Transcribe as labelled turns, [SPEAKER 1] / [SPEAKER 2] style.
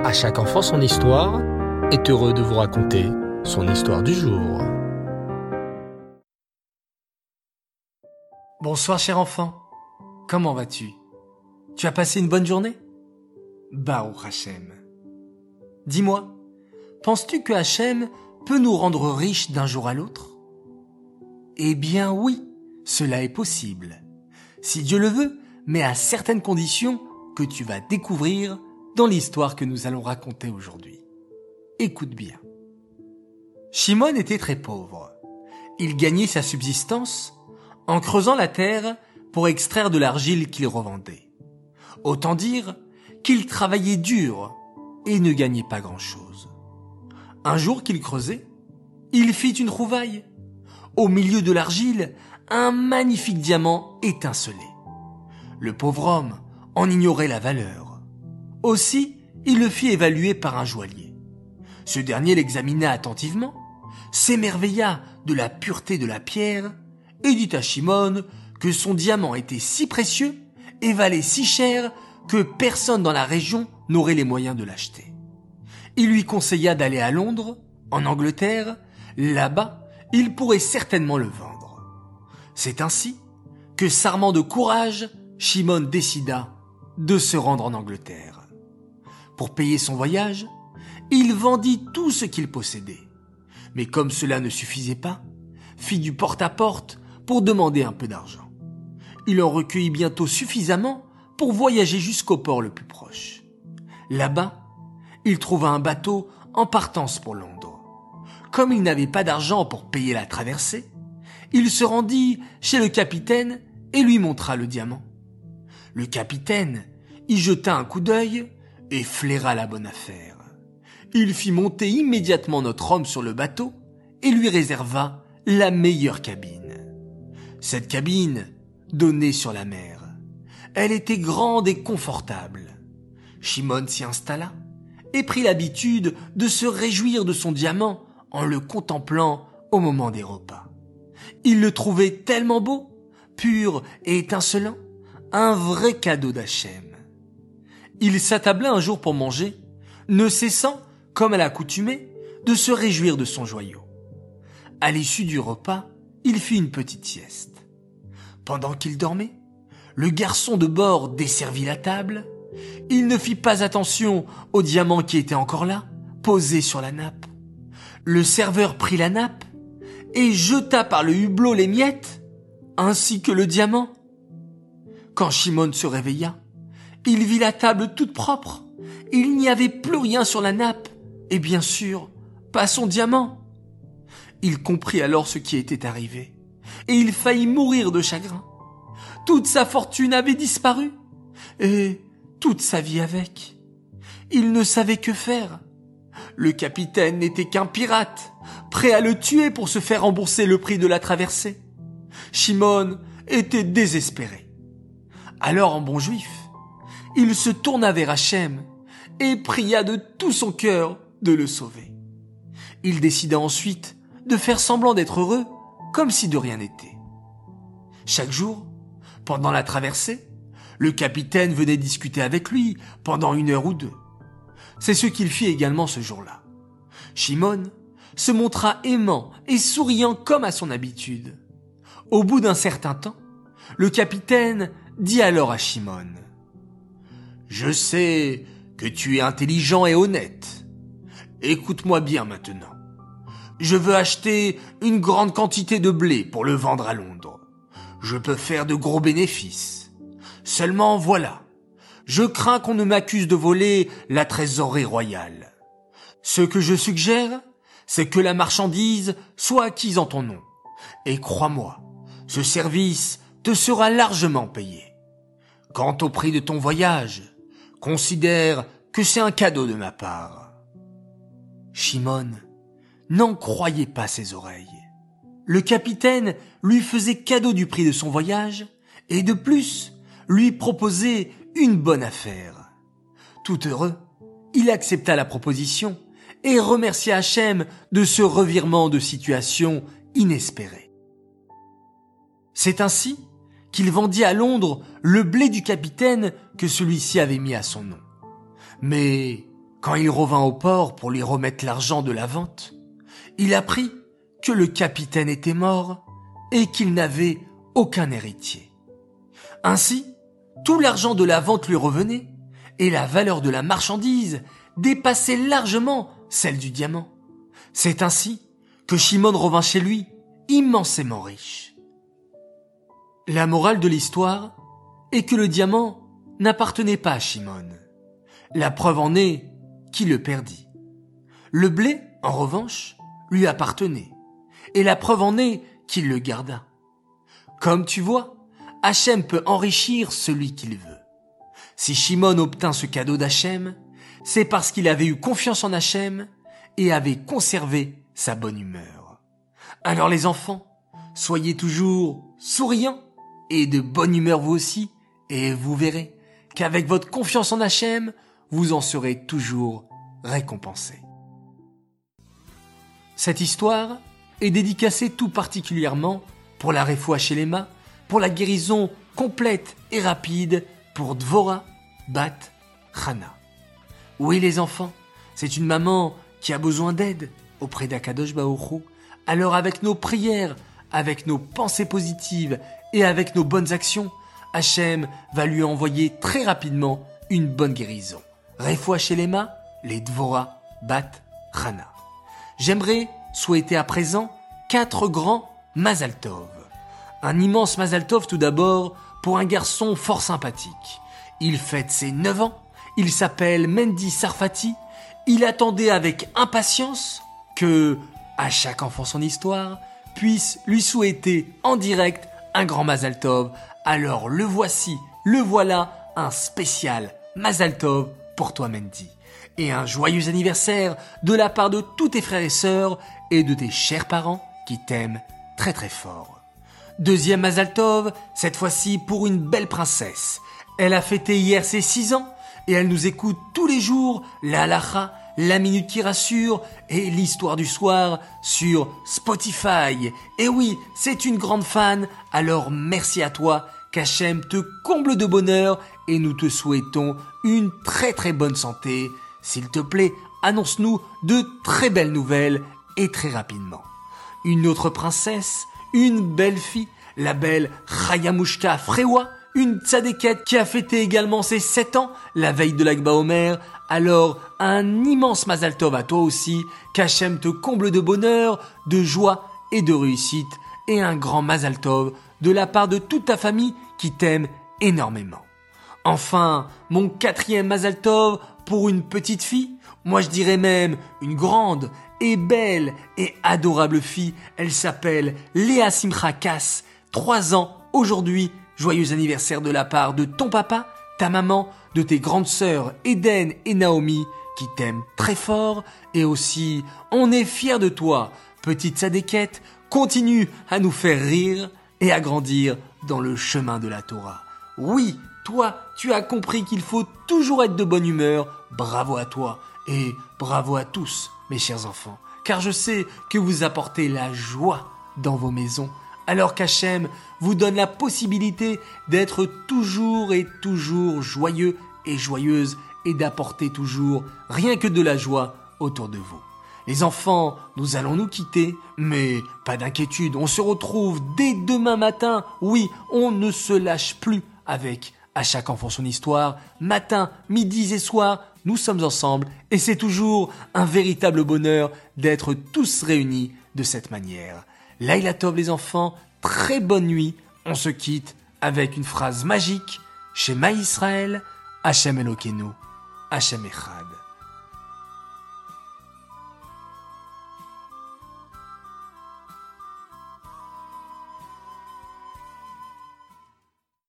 [SPEAKER 1] À chaque enfant son histoire est heureux de vous raconter son histoire du jour.
[SPEAKER 2] Bonsoir cher enfant, comment vas-tu? Tu as passé une bonne journée? Baruch Hashem. Dis-moi, penses-tu que Hashem peut nous rendre riches d'un jour à l'autre? Eh bien oui, cela est possible. Si Dieu le veut, mais à certaines conditions que tu vas découvrir dans l'histoire que nous allons raconter aujourd'hui. Écoute bien. Shimon était très pauvre. Il gagnait sa subsistance en creusant la terre pour extraire de l'argile qu'il revendait. Autant dire qu'il travaillait dur et ne gagnait pas grand-chose. Un jour qu'il creusait, il fit une trouvaille. Au milieu de l'argile, un magnifique diamant étincelait. Le pauvre homme en ignorait la valeur. Aussi, il le fit évaluer par un joaillier. Ce dernier l'examina attentivement, s'émerveilla de la pureté de la pierre et dit à Shimon que son diamant était si précieux et valait si cher que personne dans la région n'aurait les moyens de l'acheter. Il lui conseilla d'aller à Londres, en Angleterre. Là-bas, il pourrait certainement le vendre. C'est ainsi que, s'armant de courage, Shimon décida de se rendre en Angleterre. Pour payer son voyage, il vendit tout ce qu'il possédait. Mais comme cela ne suffisait pas, fit du porte-à-porte pour demander un peu d'argent. Il en recueillit bientôt suffisamment pour voyager jusqu'au port le plus proche. Là-bas, il trouva un bateau en partance pour Londres. Comme il n'avait pas d'argent pour payer la traversée, il se rendit chez le capitaine et lui montra le diamant. Le capitaine y jeta un coup d'œil et flaira la bonne affaire. Il fit monter immédiatement notre homme sur le bateau et lui réserva la meilleure cabine. Cette cabine donnait sur la mer. Elle était grande et confortable. Shimon s'y installa et prit l'habitude de se réjouir de son diamant en le contemplant au moment des repas. Il le trouvait tellement beau, pur et étincelant, un vrai cadeau d'Hachem. Il s'attabla un jour pour manger, ne cessant, comme à l'accoutumée, de se réjouir de son joyau. À l'issue du repas, il fit une petite sieste. Pendant qu'il dormait, le garçon de bord desservit la table. Il ne fit pas attention au diamant qui était encore là, posé sur la nappe. Le serveur prit la nappe et jeta par le hublot les miettes, ainsi que le diamant. Quand Shimon se réveilla, il vit la table toute propre. Il n'y avait plus rien sur la nappe. Et bien sûr, pas son diamant. Il comprit alors ce qui était arrivé. Et il faillit mourir de chagrin. Toute sa fortune avait disparu. Et toute sa vie avec. Il ne savait que faire. Le capitaine n'était qu'un pirate, prêt à le tuer pour se faire rembourser le prix de la traversée. Shimon était désespéré. Alors, en bon juif, il se tourna vers Hachem et pria de tout son cœur de le sauver. Il décida ensuite de faire semblant d'être heureux, comme si de rien n'était. Chaque jour, pendant la traversée, le capitaine venait discuter avec lui pendant 1 heure ou 2. C'est ce qu'il fit également ce jour-là. Shimon se montra aimant et souriant comme à son habitude. Au bout d'un certain temps, le capitaine dit alors à Shimon: « Je sais que tu es intelligent et honnête. Écoute-moi bien maintenant. Je veux acheter une grande quantité de blé pour le vendre à Londres. Je peux faire de gros bénéfices. Seulement voilà, je crains qu'on ne m'accuse de voler la trésorerie royale. Ce que je suggère, c'est que la marchandise soit acquise en ton nom. Et crois-moi, ce service te sera largement payé. Quant au prix de ton voyage, considère que c'est un cadeau de ma part. » Shimon n'en croyait pas ses oreilles. Le capitaine lui faisait cadeau du prix de son voyage et de plus lui proposait une bonne affaire. Tout heureux, il accepta la proposition et remercia Hachem de ce revirement de situation inespéré. C'est ainsi qu'il vendit à Londres le blé du capitaine que celui-ci avait mis à son nom. Mais Quand il revint au port pour lui remettre l'argent de la vente, il apprit que le capitaine était mort et qu'il n'avait aucun héritier. Ainsi, tout l'argent de la vente lui revenait et la valeur de la marchandise dépassait largement celle du diamant. C'est ainsi que Shimon revint chez lui immensément riche. La morale de l'histoire est que le diamant n'appartenait pas à Shimon. La preuve en est qu'il le perdit. Le blé, en revanche, lui appartenait, et la preuve en est qu'il le garda. Comme tu vois, Hachem peut enrichir celui qu'il veut. Si Shimon obtint ce cadeau d'Hachem, c'est parce qu'il avait eu confiance en Hachem et avait conservé sa bonne humeur. Alors les enfants, soyez toujours souriants et de bonne humeur vous aussi, et vous verrez qu'avec votre confiance en Hachem, vous en serez toujours récompensés. Cette histoire est dédicacée tout particulièrement pour la Refoua Shelema, pour la guérison complète et rapide pour Dvorah Bat Chana. Oui les enfants, c'est une maman qui a besoin d'aide auprès d'Akadosh Baruch Hu. Alors avec nos prières, avec nos pensées positives et avec nos bonnes actions, Hachem va lui envoyer très rapidement une bonne guérison. Refoua Shelema, les Dvorah Bat Chana. J'aimerais souhaiter à présent 4 grands Mazal Tov. Un immense Mazal Tov tout d'abord pour un garçon fort sympathique. Il fête ses 9 ans, il s'appelle Mendy Sarfati, il attendait avec impatience que, à chaque enfant son histoire, puisse lui souhaiter en direct un grand Mazal Tov. Alors le voici, le voilà, un spécial Mazal Tov pour toi Mendy. Et un joyeux anniversaire de la part de tous tes frères et sœurs et de tes chers parents qui t'aiment très très fort. Deuxième Mazal Tov, cette fois-ci pour une belle princesse. Elle a fêté hier ses 6 ans et elle nous écoute tous les jours la halacha, la minute qui rassure et l'histoire du soir sur Spotify. Et oui, c'est une grande fan, alors merci à toi, qu'Hachem te comble de bonheur et nous te souhaitons une très très bonne santé. S'il te plaît, annonce-nous de très belles nouvelles et très rapidement. Une autre princesse, une belle fille, la belle Chayamushka Frewa, une tzadékette qui a fêté également ses 7 ans la veille de l'Akba Omer. Alors, un immense Mazal Tov à toi aussi, qu'Hachem te comble de bonheur, de joie et de réussite, et un grand Mazal Tov de la part de toute ta famille qui t'aime énormément. Enfin, mon 4e Mazal Tov pour une petite fille, moi je dirais même une grande et belle et adorable fille. Elle s'appelle Léa Simcha Kass, 3 ans aujourd'hui. Joyeux anniversaire de la part de ton papa, ta maman, de tes grandes sœurs Eden et Naomi qui t'aiment très fort. Et aussi, on est fiers de toi, petite Sadéquette, continue à nous faire rire et à grandir dans le chemin de la Torah. Oui, toi, tu as compris qu'il faut toujours être de bonne humeur. Bravo à toi et bravo à tous, mes chers enfants, car je sais que vous apportez la joie dans vos maisons, alors qu'Hachem vous donne la possibilité d'être toujours et toujours joyeux et joyeuse et d'apporter toujours rien que de la joie autour de vous. Les enfants, nous allons nous quitter, mais pas d'inquiétude, on se retrouve dès demain matin. Oui, on ne se lâche plus avec À chaque enfant son histoire. Matin, midi et soir, nous sommes ensemble et c'est toujours un véritable bonheur d'être tous réunis de cette manière. Laïla Tov les enfants, très bonne nuit. On se quitte avec une phrase magique. Shema Israël, Hachem Elokeinu, Hachem Echad.